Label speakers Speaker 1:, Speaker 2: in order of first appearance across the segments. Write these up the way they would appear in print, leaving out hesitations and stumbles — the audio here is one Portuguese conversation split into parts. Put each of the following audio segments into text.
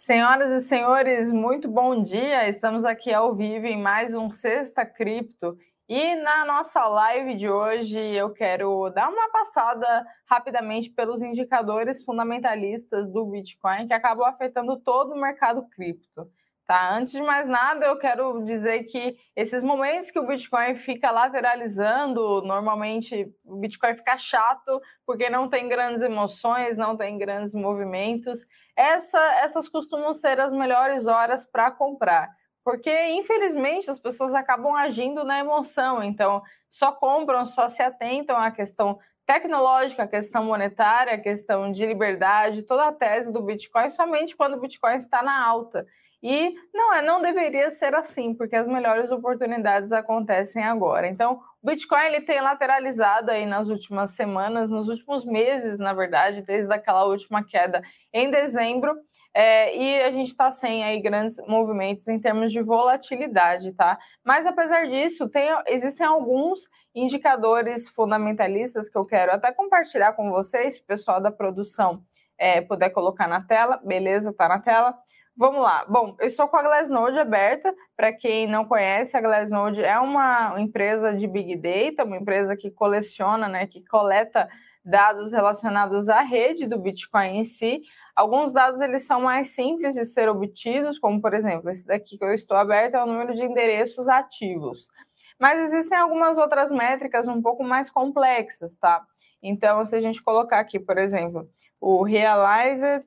Speaker 1: Senhoras e senhores, muito bom dia! Estamos aqui ao vivo em mais um Sexta Cripto e na nossa live de hoje eu quero dar uma passada rapidamente pelos indicadores fundamentalistas do Bitcoin que acabam afetando todo o mercado cripto. Tá? Antes de mais nada, eu quero dizer que esses momentos que o Bitcoin fica lateralizando, normalmente o Bitcoin fica chato porque não tem grandes emoções, não tem grandes movimentos. Essas costumam ser as melhores horas para comprar, porque infelizmente as pessoas acabam agindo na emoção, então só compram, só se atentam à questão tecnológica, à questão monetária, à questão de liberdade, toda a tese do Bitcoin somente quando o Bitcoin está na alta. E não deveria ser assim, porque as melhores oportunidades acontecem agora. Então, o Bitcoin ele tem lateralizado aí nas últimas semanas, nos últimos meses, na verdade, desde aquela última queda em dezembro, e a gente está sem aí grandes movimentos em termos de volatilidade, tá? Mas apesar disso, existem alguns indicadores fundamentalistas que eu quero até compartilhar com vocês, se o pessoal da produção puder colocar na tela, beleza, tá na tela. Vamos lá. Bom, eu estou com a Glassnode aberta. Para quem não conhece, a Glassnode é uma empresa de Big Data, uma empresa que coleciona, né, que coleta dados relacionados à rede do Bitcoin em si. Alguns dados eles são mais simples de ser obtidos, como por exemplo, esse daqui que eu estou aberto é o número de endereços ativos. Mas existem algumas outras métricas um pouco mais complexas, tá? Então, se a gente colocar aqui, por exemplo, o Realized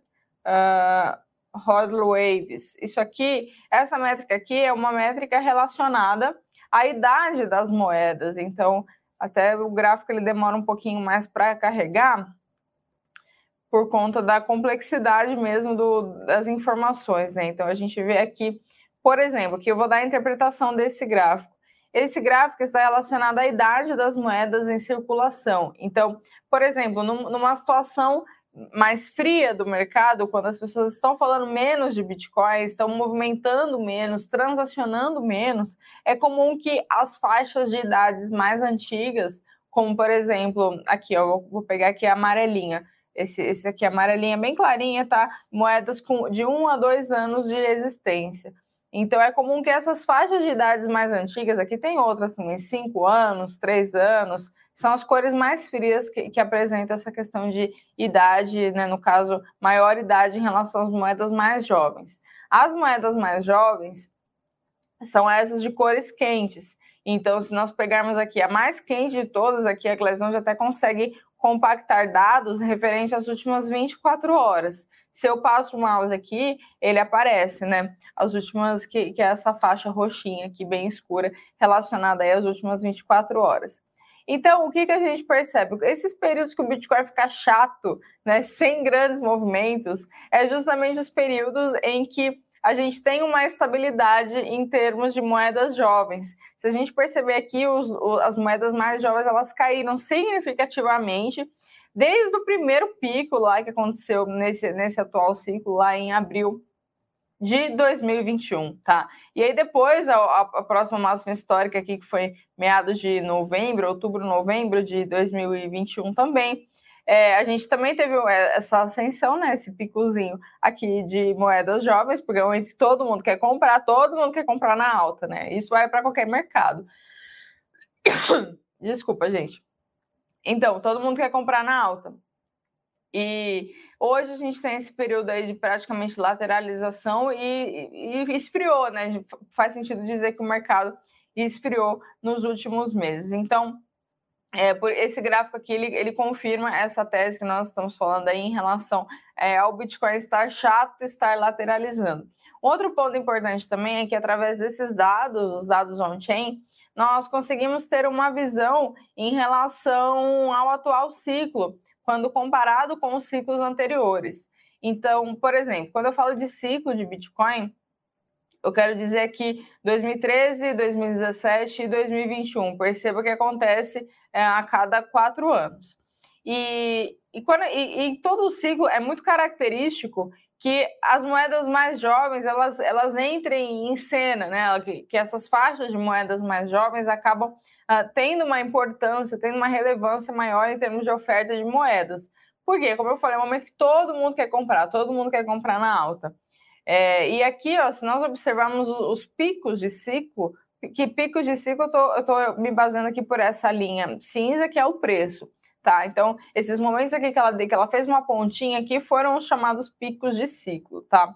Speaker 1: Hodl Waves. Isso aqui, essa métrica aqui é uma métrica relacionada à idade das moedas. Então, até o gráfico ele demora um pouquinho mais para carregar por conta da complexidade mesmo das informações, né? Então, a gente vê aqui, por exemplo, que eu vou dar a interpretação desse gráfico. Esse gráfico está relacionado à idade das moedas em circulação. Então, por exemplo, numa situação mais fria do mercado, quando as pessoas estão falando menos de Bitcoin, estão movimentando menos, transacionando menos, é comum que as faixas de idades mais antigas, como por exemplo, aqui, ó, vou pegar aqui a amarelinha, esse aqui, a amarelinha bem clarinha, tá? Moedas de 1 a 2 anos de existência. Então, é comum que essas faixas de idades mais antigas, aqui tem outras também, 5 anos, 3 anos, são as cores mais frias que apresentam essa questão de idade, né, no caso, maior idade em relação às moedas mais jovens. As moedas mais jovens são essas de cores quentes. Então, se nós pegarmos aqui a mais quente de todas, aqui a Glassnode até consegue compactar dados referentes às últimas 24 horas. Se eu passo o mouse aqui, ele aparece, né? As últimas, que é essa faixa roxinha aqui, bem escura, relacionada aí às últimas 24 horas. Então, o que a gente percebe? Esses períodos que o Bitcoin fica chato, né, sem grandes movimentos, é justamente os períodos em que a gente tem uma estabilidade em termos de moedas jovens. Se a gente perceber aqui, as moedas mais jovens elas caíram significativamente desde o primeiro pico lá que aconteceu nesse atual ciclo, lá em abril de 2021, tá? E aí depois, a próxima máxima histórica aqui, que foi meados de novembro, outubro, novembro de 2021 também, a gente também teve essa ascensão, né, esse picozinho aqui de moedas jovens, porque é o momento que todo mundo quer comprar na alta, né? Isso vale para qualquer mercado. Desculpa, gente. Então, todo mundo quer comprar na alta. E hoje a gente tem esse período aí de praticamente lateralização e esfriou, né? Faz sentido dizer que o mercado esfriou nos últimos meses. Então, por esse gráfico aqui, ele confirma essa tese que nós estamos falando aí em relação ao Bitcoin estar chato, estar lateralizando. Outro ponto importante também é que através desses dados, os dados on-chain, nós conseguimos ter uma visão em relação ao atual ciclo, quando comparado com os ciclos anteriores. Então, por exemplo, quando eu falo de ciclo de Bitcoin, eu quero dizer que 2013, 2017 e 2021, perceba que acontece a cada 4 anos. E todo o ciclo é muito característico que as moedas mais jovens elas entrem em cena, né? Que essas faixas de moedas mais jovens acabam tendo uma importância, tendo uma relevância maior em termos de oferta de moedas. Por quê? Como eu falei, é um momento que todo mundo quer comprar na alta. E aqui, ó, se nós observarmos os picos de ciclo, que picos de ciclo eu tô me baseando aqui por essa linha cinza, que é o preço, tá? Então, esses momentos aqui que ela fez uma pontinha aqui foram os chamados picos de ciclo, tá?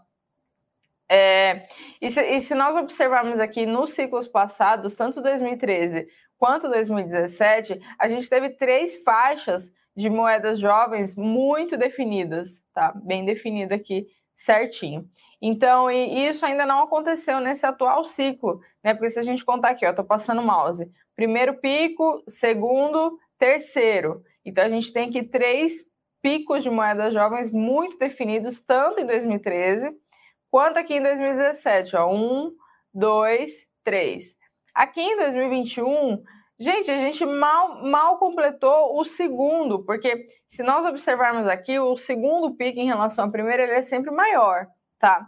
Speaker 1: E se nós observarmos aqui nos ciclos passados, tanto 2013 quanto 2017, a gente teve 3 faixas de moedas jovens muito definidas, tá? Bem definida aqui, certinho. Então, e isso ainda não aconteceu nesse atual ciclo, né? Porque se a gente contar aqui, ó, tô passando o mouse. Primeiro pico, segundo, terceiro. Então, a gente tem aqui 3 picos de moedas jovens muito definidos, tanto em 2013 quanto aqui em 2017, ó, 1, 2, 3. Aqui em 2021, gente, a gente mal completou o segundo, porque se nós observarmos aqui, o segundo pico em relação ao primeiro, ele é sempre maior, tá?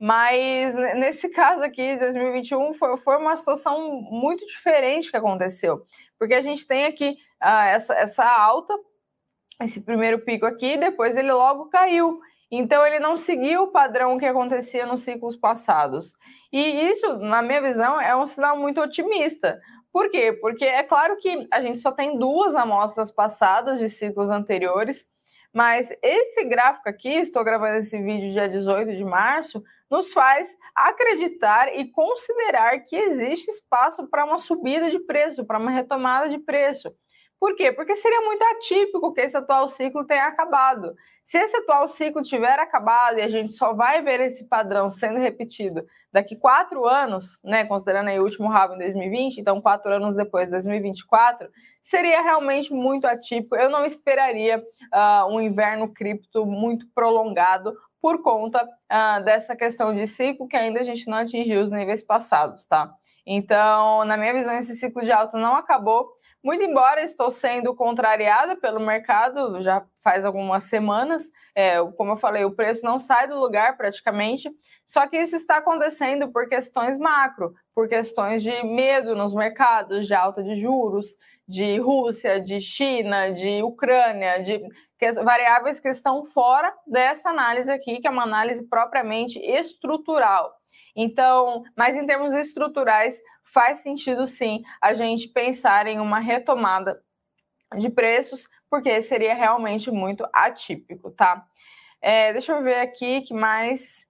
Speaker 1: Mas nesse caso aqui, 2021, foi uma situação muito diferente que aconteceu, porque a gente tem aqui essa alta, esse primeiro pico aqui, depois ele logo caiu. Então, ele não seguiu o padrão que acontecia nos ciclos passados. E isso, na minha visão, é um sinal muito otimista. Por quê? Porque é claro que a gente só tem 2 amostras passadas de ciclos anteriores, mas esse gráfico aqui, estou gravando esse vídeo dia 18 de março, nos faz acreditar e considerar que existe espaço para uma subida de preço, para uma retomada de preço. Por quê? Porque seria muito atípico que esse atual ciclo tenha acabado. Se esse atual ciclo tiver acabado e a gente só vai ver esse padrão sendo repetido daqui 4 anos, né, considerando aí o último rabo em 2020, então 4 anos depois, 2024, seria realmente muito atípico. Eu não esperaria um inverno cripto muito prolongado por conta dessa questão de ciclo que ainda a gente não atingiu os níveis passados, tá? Então, na minha visão, esse ciclo de alta não acabou. Muito embora estou sendo contrariada pelo mercado, já faz algumas semanas, como eu falei, o preço não sai do lugar praticamente, só que isso está acontecendo por questões macro, por questões de medo nos mercados, de alta de juros, de Rússia, de China, de Ucrânia, de variáveis que estão fora dessa análise aqui, que é uma análise propriamente estrutural. Então, mas em termos estruturais, faz sentido sim a gente pensar em uma retomada de preços, porque seria realmente muito atípico, tá? Deixa eu ver aqui que mais.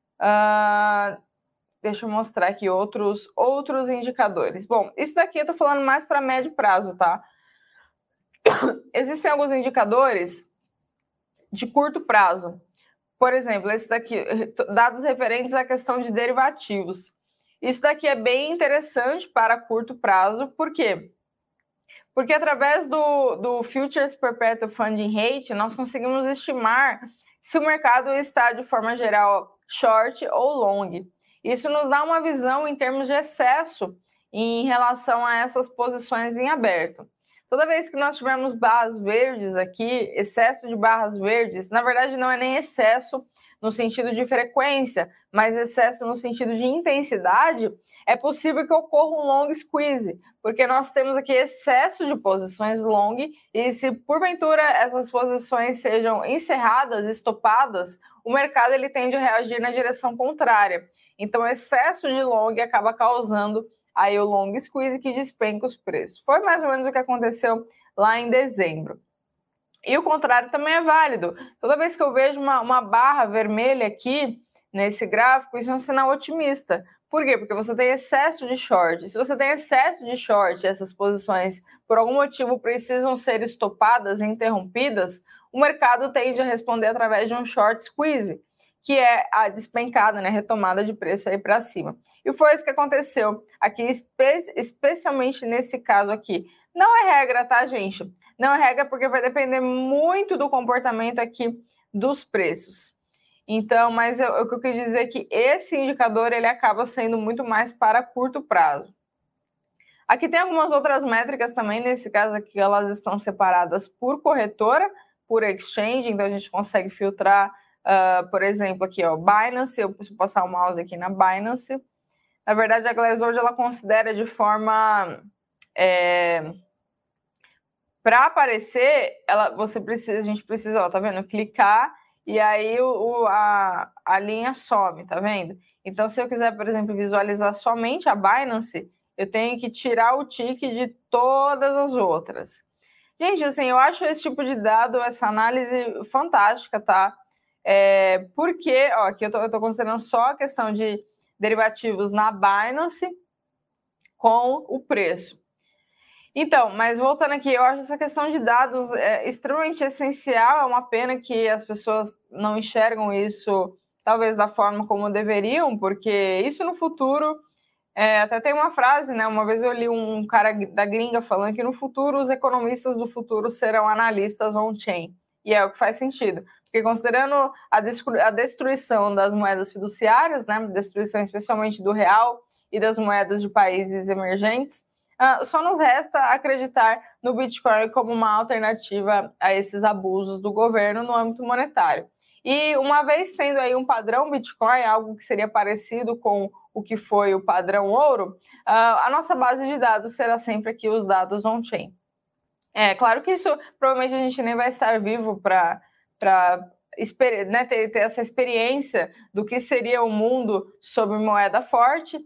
Speaker 1: Deixa eu mostrar aqui outros indicadores. Bom, isso daqui eu tô falando mais para médio prazo, tá? Existem alguns indicadores de curto prazo. Por exemplo, esse daqui, dados referentes à questão de derivativos. Isso daqui é bem interessante para curto prazo, por quê? Porque através do Futures Perpetual Funding Rate, nós conseguimos estimar se o mercado está, de forma geral, short ou long. Isso nos dá uma visão em termos de excesso em relação a essas posições em aberto. Toda vez que nós tivermos barras verdes aqui, excesso de barras verdes, na verdade não é nem excesso no sentido de frequência, mas excesso no sentido de intensidade, é possível que ocorra um long squeeze, porque nós temos aqui excesso de posições long e se porventura essas posições sejam encerradas, estopadas, o mercado ele tende a reagir na direção contrária. Então, excesso de long acaba causando aí o long squeeze que despenca os preços. Foi mais ou menos o que aconteceu lá em dezembro. E o contrário também é válido. Toda vez que eu vejo uma barra vermelha aqui nesse gráfico, isso é um sinal otimista. Por quê? Porque você tem excesso de short. Se você tem excesso de short, essas posições, por algum motivo, precisam ser estopadas e interrompidas, o mercado tende a responder através de um short squeeze, que é a despencada, né, retomada de preço aí para cima. E foi isso que aconteceu aqui, especialmente nesse caso aqui. Não é regra, tá, gente? Não é regra porque vai depender muito do comportamento aqui dos preços. Então, mas o que eu quis dizer é que esse indicador ele acaba sendo muito mais para curto prazo. Aqui tem algumas outras métricas também, nesse caso aqui elas estão separadas por corretora, por exchange, então a gente consegue filtrar, por exemplo, aqui, ó, Binance, eu preciso passar o mouse aqui na Binance. Na verdade, a Glassdoor ela considera de forma... para aparecer, a gente precisa, ó, tá vendo? Clicar e aí a linha some, tá vendo? Então, se eu quiser, por exemplo, visualizar somente a Binance, eu tenho que tirar o tick de todas as outras. Gente, assim, eu acho esse tipo de dado, essa análise fantástica, tá? Porque, ó, aqui eu tô considerando só a questão de derivativos na Binance com o preço. Então, mas voltando aqui, eu acho essa questão de dados extremamente essencial. É uma pena que as pessoas não enxergam isso, talvez, da forma como deveriam, porque isso no futuro. Até tem uma frase, né? Uma vez eu li um cara da gringa falando que no futuro os economistas do futuro serão analistas on-chain. E é o que faz sentido. Porque considerando a destruição das moedas fiduciárias, né? Destruição especialmente do real e das moedas de países emergentes, só nos resta acreditar no Bitcoin como uma alternativa a esses abusos do governo no âmbito monetário. E uma vez tendo aí um padrão Bitcoin, algo que seria parecido com o que foi o padrão ouro, a nossa base de dados será sempre aqui os dados on-chain. Claro que isso provavelmente a gente nem vai estar vivo para né, ter essa experiência do que seria o mundo sob moeda forte,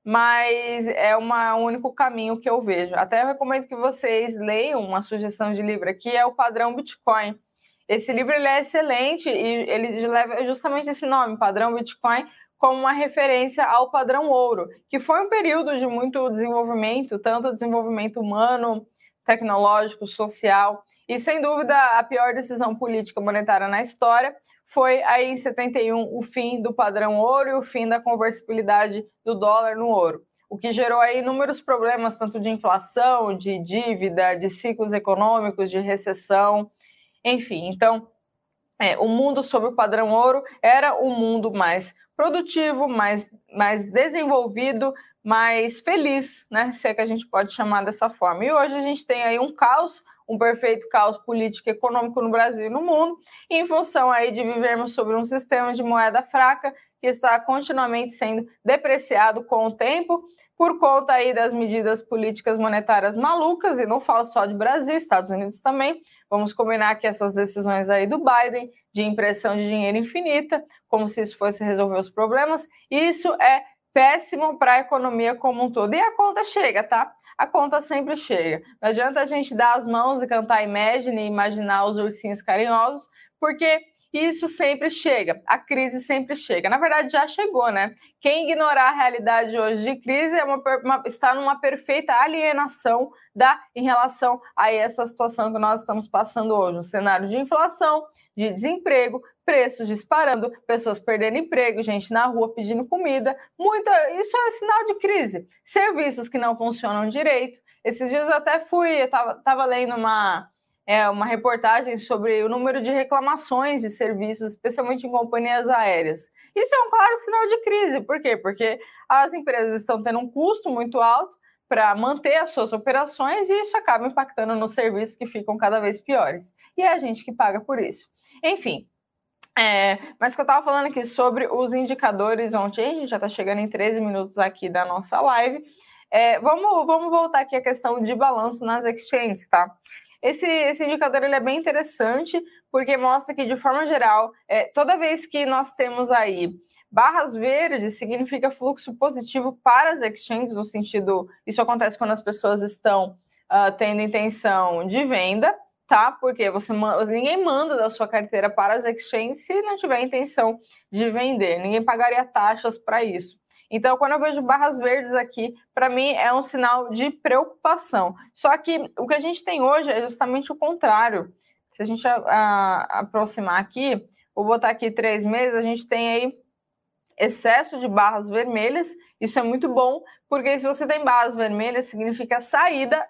Speaker 1: mas é um único caminho que eu vejo. Até eu recomendo que vocês leiam uma sugestão de livro aqui, é o Padrão Bitcoin. Esse livro ele é excelente e ele leva justamente esse nome, Padrão Bitcoin, como uma referência ao padrão ouro, que foi um período de muito desenvolvimento, tanto desenvolvimento humano, tecnológico, social, e sem dúvida a pior decisão política monetária na história foi aí em 71 o fim do padrão ouro e o fim da conversibilidade do dólar no ouro, o que gerou aí inúmeros problemas, tanto de inflação, de dívida, de ciclos econômicos, de recessão, enfim. Então, o mundo sob o padrão ouro era um mundo mais produtivo, mais desenvolvido, mais feliz, né? Se é que a gente pode chamar dessa forma. E hoje a gente tem aí um caos, um perfeito caos político e econômico no Brasil e no mundo, em função aí de vivermos sobre um sistema de moeda fraca que está continuamente sendo depreciado com o tempo, por conta aí das medidas políticas monetárias malucas, e não falo só de Brasil, Estados Unidos também. Vamos combinar que essas decisões aí do Biden, de impressão de dinheiro infinita, como se isso fosse resolver os problemas, isso é péssimo para a economia como um todo. E a conta chega, tá? A conta sempre chega. Não adianta a gente dar as mãos e cantar Imagine e imaginar os ursinhos carinhosos, porque isso sempre chega, a crise sempre chega. Na verdade, já chegou, né? Quem ignorar a realidade hoje de crise está numa perfeita alienação em relação a essa situação que nós estamos passando hoje. Um cenário de inflação, de desemprego, preços disparando, pessoas perdendo emprego, gente na rua pedindo comida. Isso é sinal de crise. Serviços que não funcionam direito. Esses dias eu até estava lendo uma reportagem sobre o número de reclamações de serviços, especialmente em companhias aéreas. Isso é um claro sinal de crise. Por quê? Porque as empresas estão tendo um custo muito alto para manter as suas operações e isso acaba impactando nos serviços que ficam cada vez piores. E é a gente que paga por isso. Enfim, mas que eu estava falando aqui sobre os indicadores ontem, a gente já está chegando em 13 minutos aqui da nossa live. Vamos voltar aqui à questão de balanço nas exchanges, tá? Esse indicador ele é bem interessante, porque mostra que, de forma geral, toda vez que nós temos aí barras verdes, significa fluxo positivo para as exchanges, no sentido, isso acontece quando as pessoas estão tendo intenção de venda, tá? Porque ninguém manda da sua carteira para as exchanges se não tiver intenção de vender, ninguém pagaria taxas para isso. Então, quando eu vejo barras verdes aqui, para mim é um sinal de preocupação. Só que o que a gente tem hoje é justamente o contrário. Se a gente aproximar aqui, vou botar aqui 3 meses, a gente tem aí excesso de barras vermelhas. Isso é muito bom, porque se você tem barras vermelhas, significa saída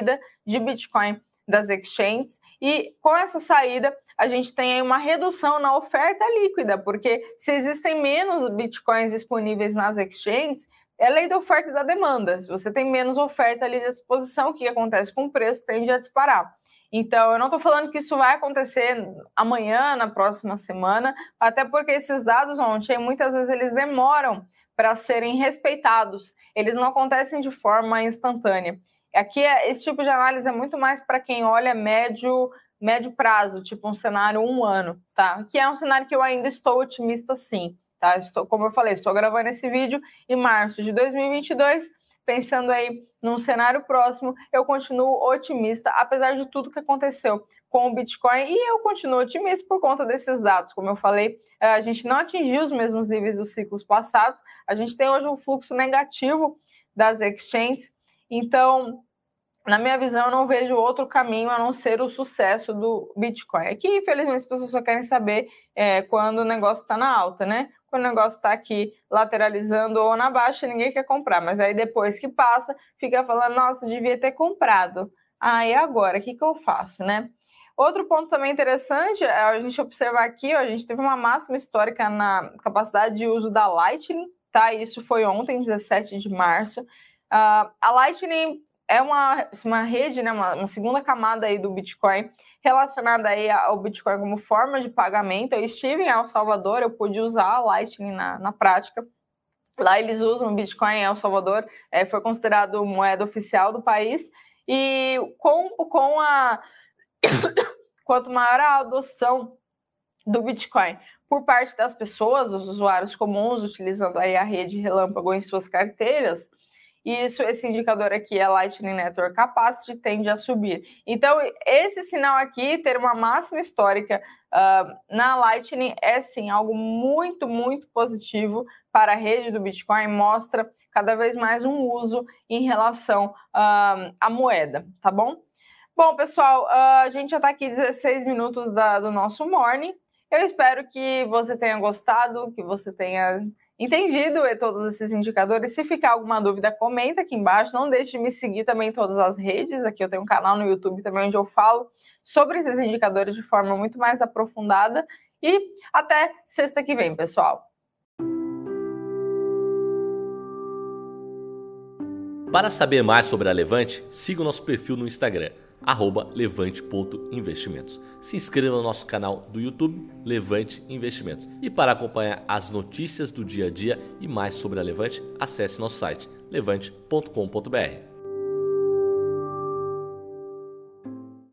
Speaker 1: de Bitcoin das exchanges, e com essa saída a gente tem aí uma redução na oferta líquida, porque se existem menos bitcoins disponíveis nas exchanges, é lei da oferta e da demanda. Se você tem menos oferta ali à disposição, o que acontece com o preço? Tende a disparar. Então, eu não estou falando que isso vai acontecer amanhã, na próxima semana, até porque esses dados ontem, muitas vezes eles demoram para serem respeitados, eles não acontecem de forma instantânea. Aqui, esse tipo de análise é muito mais para quem olha médio, médio prazo, tipo um cenário 1 ano, tá? Que é um cenário que eu ainda estou otimista sim, tá? Como eu falei, estou gravando esse vídeo em março de 2022, pensando aí num cenário próximo, eu continuo otimista, apesar de tudo que aconteceu com o Bitcoin, e eu continuo otimista por conta desses dados. Como eu falei, a gente não atingiu os mesmos níveis dos ciclos passados, a gente tem hoje um fluxo negativo das exchanges, então, na minha visão, eu não vejo outro caminho a não ser o sucesso do Bitcoin. Aqui, infelizmente, as pessoas só querem saber quando o negócio está na alta, né? Quando o negócio está aqui lateralizando ou na baixa, ninguém quer comprar. Mas aí depois que passa, fica falando, nossa, devia ter comprado. E agora? O que eu faço, né? Outro ponto também interessante é a gente observar aqui, ó, a gente teve uma máxima histórica na capacidade de uso da Lightning, tá? Isso foi ontem, 17 de março. A Lightning é uma rede, né, uma segunda camada aí do Bitcoin relacionada aí ao Bitcoin como forma de pagamento. Eu estive em El Salvador, eu pude usar a Lightning na prática. Lá eles usam o Bitcoin em El Salvador, foi considerado moeda oficial do país. E quanto maior a adoção do Bitcoin por parte das pessoas, dos usuários comuns, utilizando aí a rede Relâmpago em suas carteiras, esse indicador aqui é Lightning Network Capacity, tende a subir. Então, esse sinal aqui, ter uma máxima histórica na Lightning, é sim algo muito, muito positivo para a rede do Bitcoin, mostra cada vez mais um uso em relação à moeda, tá bom? Bom, pessoal, a gente já está aqui 16 minutos do nosso morning. Eu espero que você tenha gostado, que você tenha entendido todos esses indicadores. Se ficar alguma dúvida, comenta aqui embaixo. Não deixe de me seguir também em todas as redes. Aqui eu tenho um canal no YouTube também onde eu falo sobre esses indicadores de forma muito mais aprofundada. E até sexta que vem, pessoal.
Speaker 2: Para saber mais sobre a Levante, siga o nosso perfil no Instagram, @levante.investimentos. Se inscreva no nosso canal do YouTube, Levante Investimentos. E para acompanhar as notícias do dia a dia e mais sobre a Levante, acesse nosso site, levante.com.br.